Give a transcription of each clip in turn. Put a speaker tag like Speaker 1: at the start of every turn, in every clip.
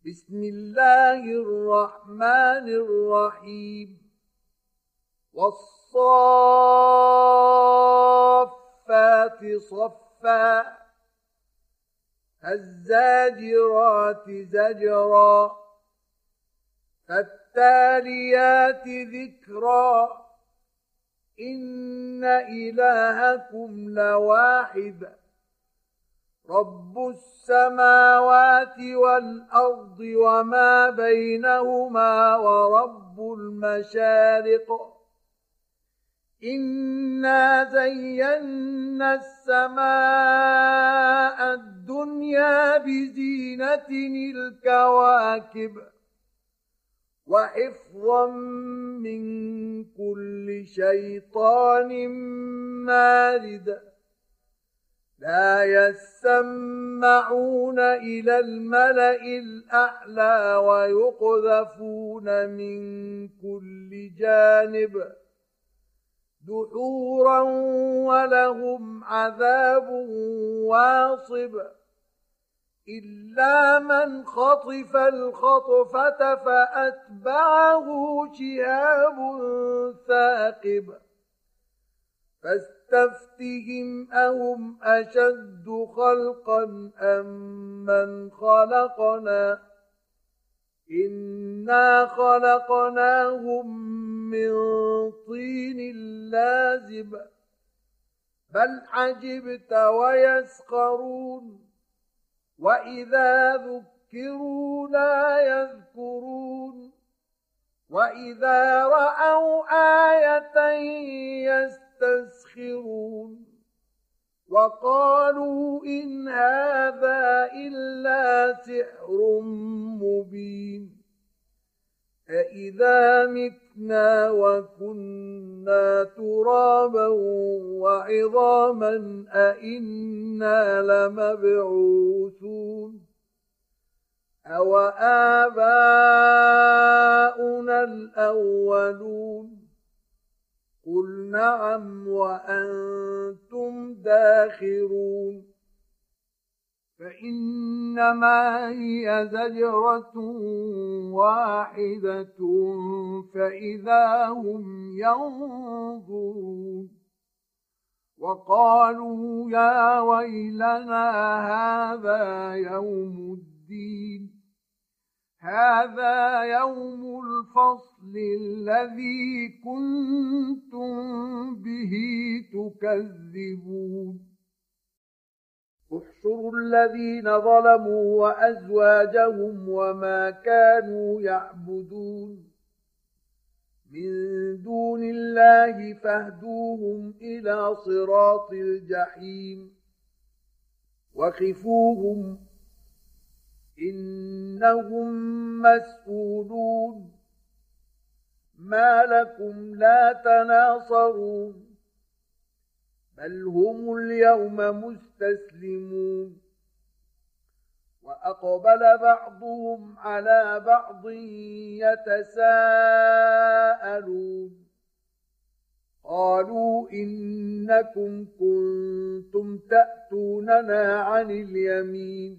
Speaker 1: بسم الله الرحمن الرحيم والصافات صفا الزاجرات زجرا فالتاليات ذكرا إن إلهكم لواحد رب السماوات والأرض وما بينهما ورب المشارق إنا زينا السماء الدنيا بزينة الكواكب وحفظا من كل شيطان مارد لا يسمعون إلى الملأ الأعلى ويقذفون من كل جانب دحورا ولهم عذاب واصب إلا من خطف الخطفة فأتبعه شهاب ثاقب فاستفتهم أهم أشد خلقا أم من خلقنا إنا خلقناهم من طين لازب بل عجبت ويسخرون وإذا ذكروا لا يذكرون وإذا رأوا آية يستسخرون وقالوا إن هذا إلا سحر مبين أإذا متنا وكنا ترابا وعظاما أإنا لمبعوثون أو آباؤنا الأولون قل نعم وأنتم داخرون فإنما هي زجرة واحدة فإذا هم ينظرون وقالوا يا ويلنا هذا يوم الدين هذا يوم الفصل الذي كنتم به تكذبون احشروا الذين ظلموا وأزواجهم وما كانوا يعبدون من دون الله فاهدوهم إلى صراط الجحيم وخفوهم إنهم مسؤولون ما لكم لا تناصرون بل هم اليوم مستسلمون وأقبل بعضهم على بعض يتساءلون قالوا إنكم كنتم تأتوننا عن اليمين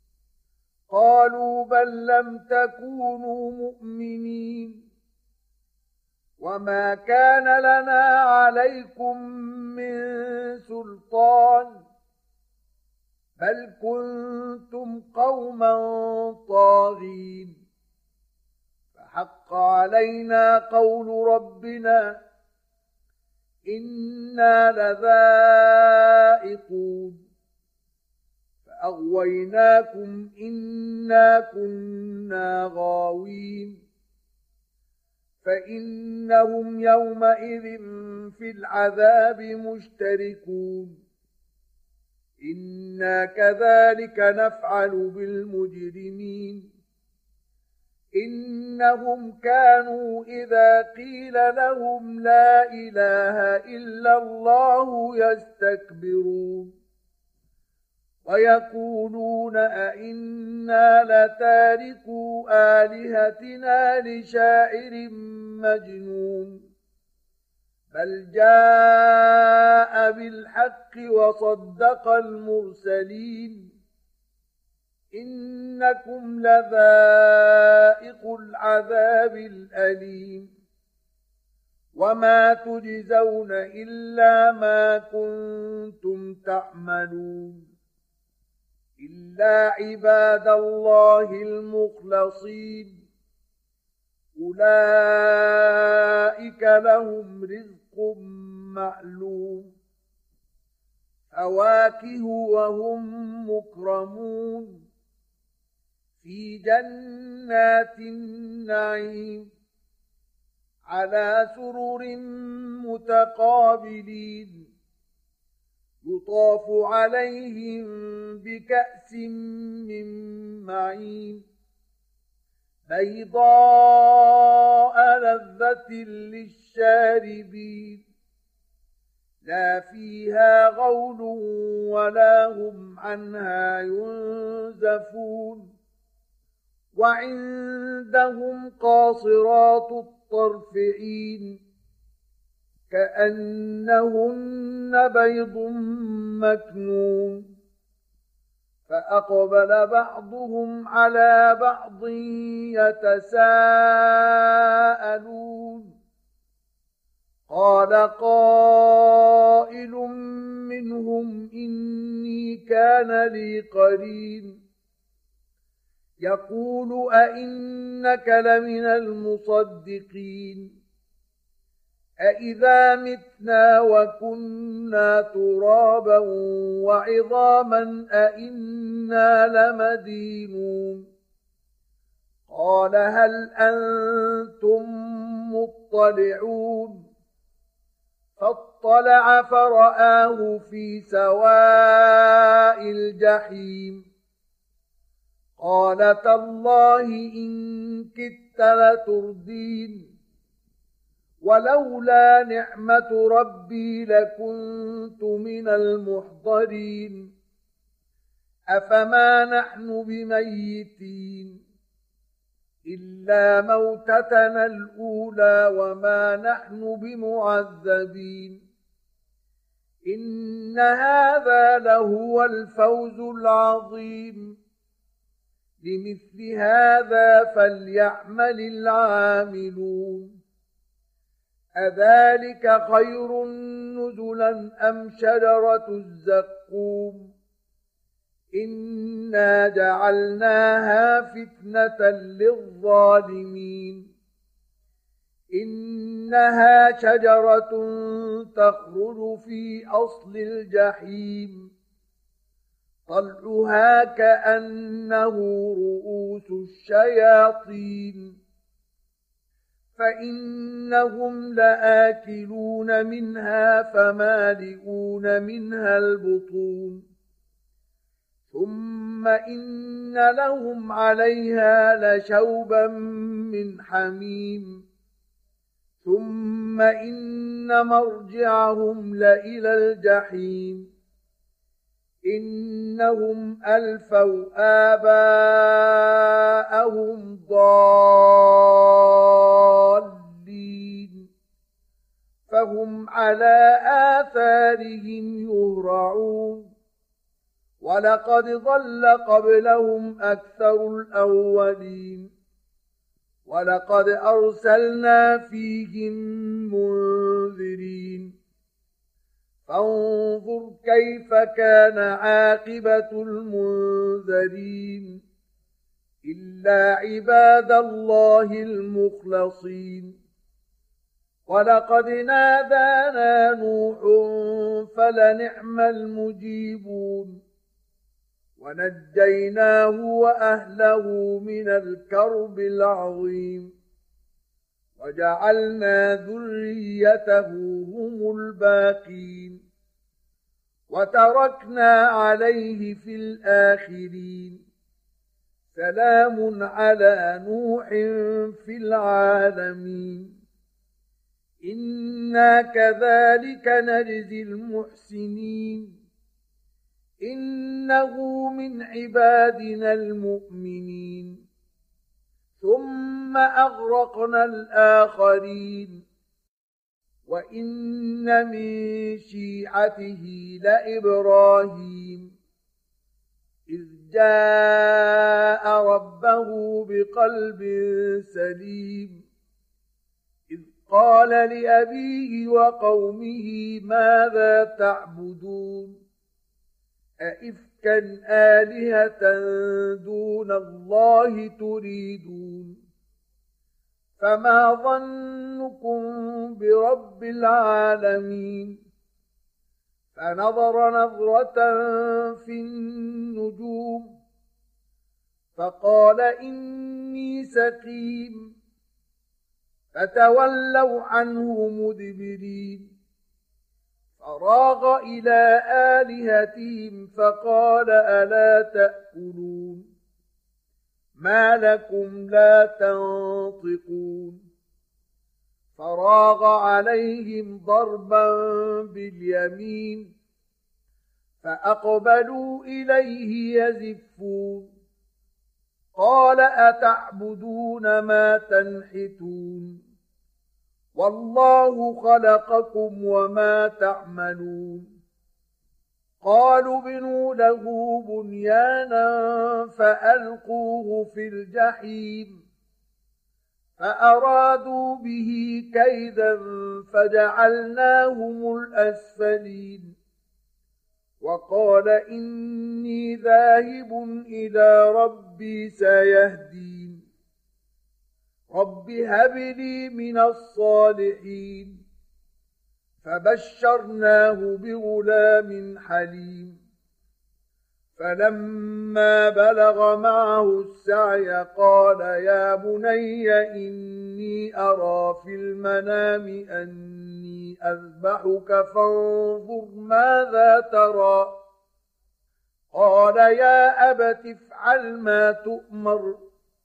Speaker 1: قالوا بل لم تكونوا مؤمنين وما كان لنا عليكم من سلطان بل كنتم قوما طاغين فحق علينا قول ربنا إنا لذائقون فأغويناكم إنا كنا غاوين فإنهم يومئذ في العذاب مشتركون إنا كذلك نفعل بالمجرمين إنهم كانوا إذا قيل لهم لا إله إلا الله يستكبرون ويقولون أئنا لتاركو آلهتنا لشاعر مجنون بل جاء بالحق وصدق المرسلين إن إنكم لذائق العذاب الأليم وما تجزون إلا ما كنتم تعملون إلا عباد الله المخلصين أولئك لهم رزق معلوم فواكه وهم مكرمون في جنات النعيم على سرر متقابلين يطاف عليهم بكأس من معين بيضاء لذة للشاربين لا فيها غول ولا هم عنها ينزفون وعندهم قاصرات الطرف عين كأنهن بيض مكنون فأقبل بعضهم على بعض يتساءلون قال قائل منهم إني كان لي قرين يقول أئنك لمن المصدقين أئذا متنا وكنا ترابا وعظاما أئنا لمدينون قال هل أنتم مطلعون فاطلع فرآه في سواء الجحيم قال تالله إن كدت لتردين ولولا نعمة ربي لكنت من المحضرين أفما نحن بميتين إلا موتتنا الأولى وما نحن بمعذبين إن هذا لهو الفوز العظيم لمثل هذا فليعمل العاملون أذلك خير نزلا أم شجرة الزقوم إنا جعلناها فتنة للظالمين إنها شجرة تخرج في أصل الجحيم طلعها كأنه رؤوس الشياطين فإنهم لآكلون منها فمالئون منها البطون ثم إن لهم عليها لشوبا من حميم ثم إن مرجعهم لإلى الجحيم إنهم ألفوا آباءهم ضالين فهم على آثارهم يهرعون ولقد ضل قبلهم أكثر الأولين ولقد أرسلنا فيهم منذرين فانظر كيف كان عاقبة المنذرين إلا عباد الله المخلصين ولقد نادانا نوح فلنعم المجيبون ونجيناه وأهله من الكرب العظيم وجعلنا ذريته هم الباقين وتركنا عليه في الآخرين سلام على نوح في العالمين إنا كذلك نجزي المحسنين إنه من عبادنا المؤمنين ثم أغرقنا الآخرين وإن من شيعته لإبراهيم إذ جاء له بقلب سليم إذ قال لأبيه وقومه ماذا تعبدون أئفكا آلهة دون الله تريدون فما ظنكم برب العالمين فنظر نظرة في النجوم فقال إني سقيم فتولوا عنه مدبرين فراغ إلى آلهتهم فقال ألا تأكلون ما لكم لا تنطقون فراغ عليهم ضربا باليمين فأقبلوا إليه يزفون قال أتعبدون ما تنحتون والله خلقكم وما تعملون قالوا ابنوا له بنيانا فألقوه في الجحيم فأرادوا به كيدا فجعلناهم الأسفلين وقال إني ذاهب إلى ربي سيهدين رب هب لي من الصالحين فبشرناه بغلام حليم فلما بلغ معه السعي قال يا بني إني أرى في المنام أني أذبحك فانظر ماذا ترى قال يا أبت افعل ما تؤمر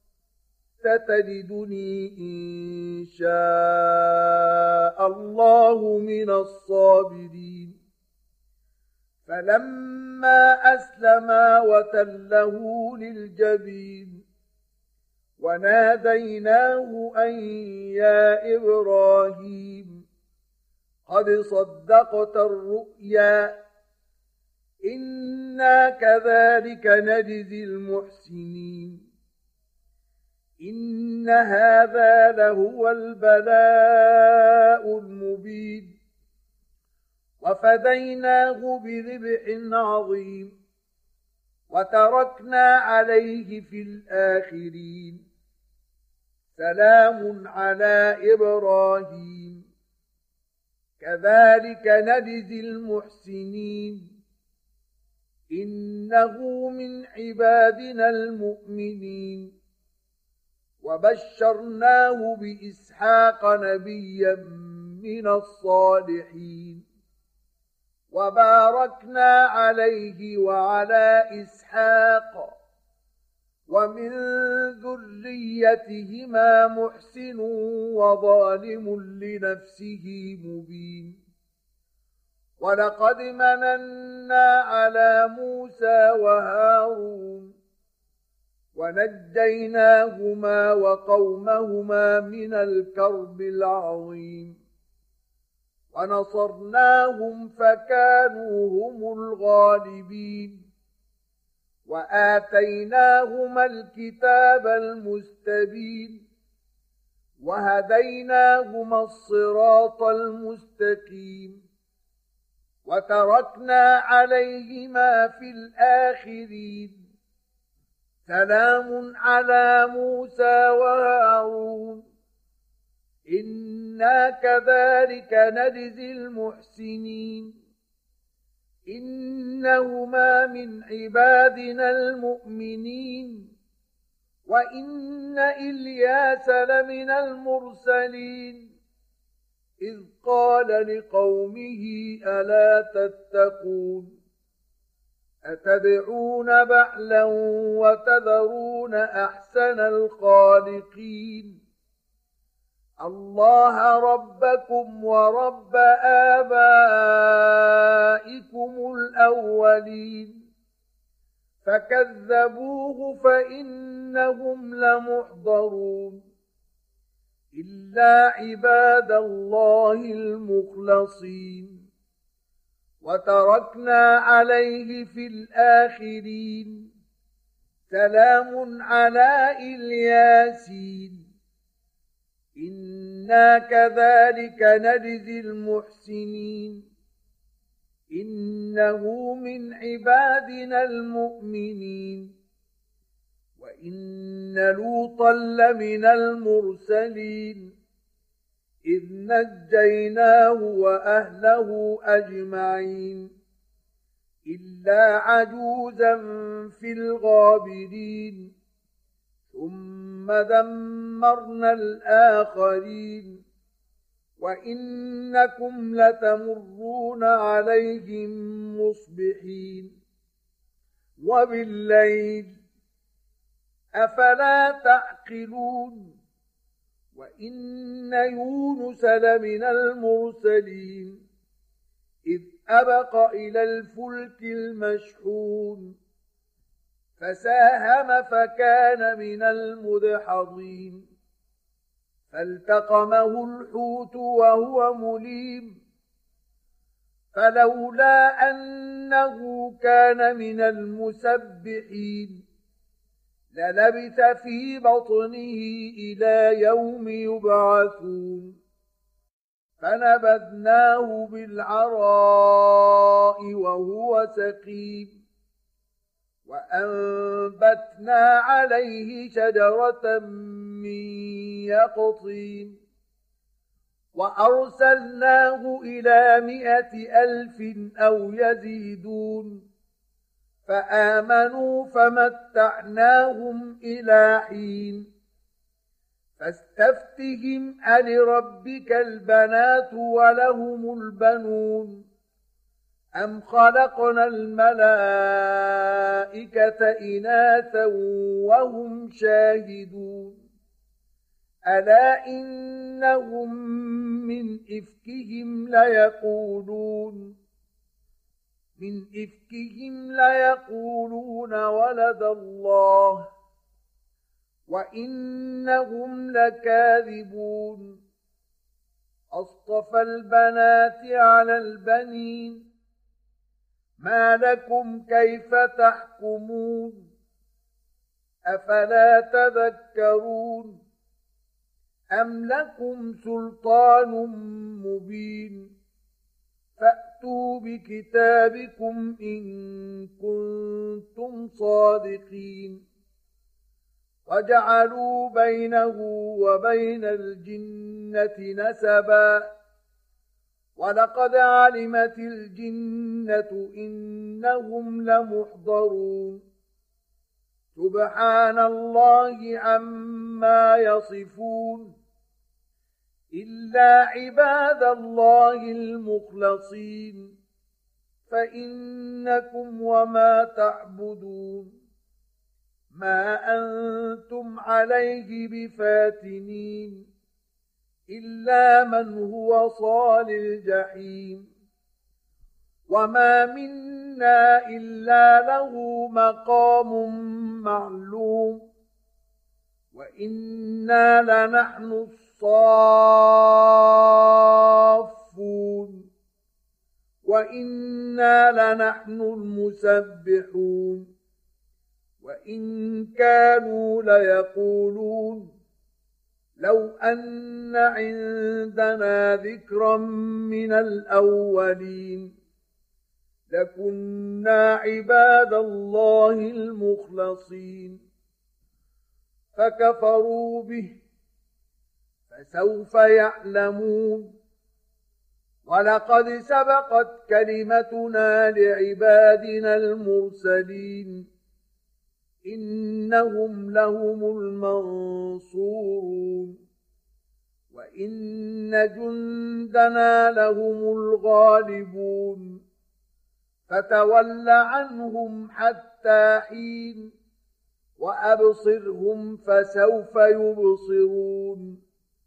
Speaker 1: ستجدني إن شاء الله من الصابرين فلما أسلما وتله للجبين وناديناه أن يا إبراهيم قد صدقت الرؤيا إنا كذلك نجزي المحسنين إن هذا لهو البلاء المبين وفديناه بذبح عظيم وتركنا عليه في الآخرين سلام على إبراهيم كذلك نجزي المحسنين إنه من عبادنا المؤمنين وبشرناه بإسحاق نبيا من الصالحين وباركنا عليه وعلى إسحاق ومن ذريتهما محسن وظالم لنفسه مبين ولقد مننا على موسى وهارون ونجيناهما وقومهما من الكرب العظيم ونصرناهم فكانوا هم الغالبين وآتيناهما الكتاب المستبين وهديناهما الصراط المستقيم وتركنا عليهما في الآخرين سلام على موسى وهارون إنا كذلك نجزي المحسنين إنهما من عبادنا المؤمنين وإن إلياس لمن المرسلين إذ قال لقومه ألا تتقون أتدعون بعلا وتذرون أحسن الخالقين الله ربكم ورب آبائكم الأولين فكذبوه فإنهم لمحضرون إلا عباد الله المخلصين وتركنا عليه في الآخرين سلام على الياسين إنا كذلك نجزي المحسنين إنه من عبادنا المؤمنين وإن لوطا لمن المرسلين إذ نجيناه وأهله أجمعين إلا عجوزا في الغابرين ثم دمرنا الآخرين وإنكم لتمرون عليهم مصبحين وبالليل أفلا تعقلون وإن يونس لمن المرسلين إذ أبق إلى الفلك المشحون فساهم فكان من المدحضين فالتقمه الحوت وهو مليم فلولا أنه كان من المسبحين للبث في بطنه إلى يوم يبعثون فنبذناه بالعراء وهو سقيم وأنبتنا عليه شجرة من يقطين وأرسلناه إلى 100,000 أو يزيدون فآمنوا فمتعناهم إلى حين فاستفتهم ألربك البنات ولهم البنون أم خلقنا الملائكة إناثا وهم شاهدون ألا إنهم من إفكهم ليقولون ولد الله وإنهم لكاذبون أصطفى البنات على البنين ما لكم كيف تحكمون أفلا تذكرون أم لكم سلطان مبين فأتوا بكتابكم إن كنتم صادقين وجعلوا بينه وبين الجنة نسبا ولقد علمت الجنة إنهم لمحضرون سبحان الله عما يصفون إلا عباد الله المخلصين فإنكم وما تعبدون ما أنتم عليه بفاتنين إلا من هو صال الجحيم وما منا إلا له مقام معلوم وإنا لنحن الصافون وإنا لنحن المسبحون وإن كانوا ليقولون لو أن عندنا ذكرا من الأولين لكنا عباد الله المخلصين فكفروا به فسوف يعلمون ولقد سبقت كلمتنا لعبادنا المرسلين إنهم لهم المنصورون وإن جندنا لهم الغالبون فتول عنهم حتى حين وأبصرهم فسوف يبصرون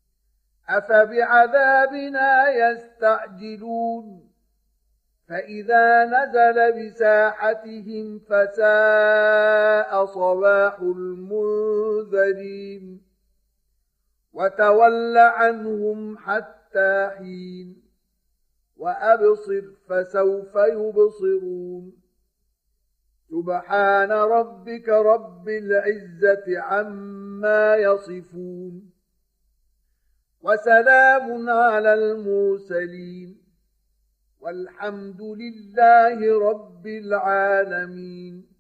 Speaker 1: أفبعذابنا يستعجلون فإذا نزل بساحتهم فساء صباح المنذرين وتول عنهم حتى حين وأبصر فسوف يبصرون سبحان ربك رب العزة عما يصفون وسلام على المرسلين والحمد لله رب العالمين.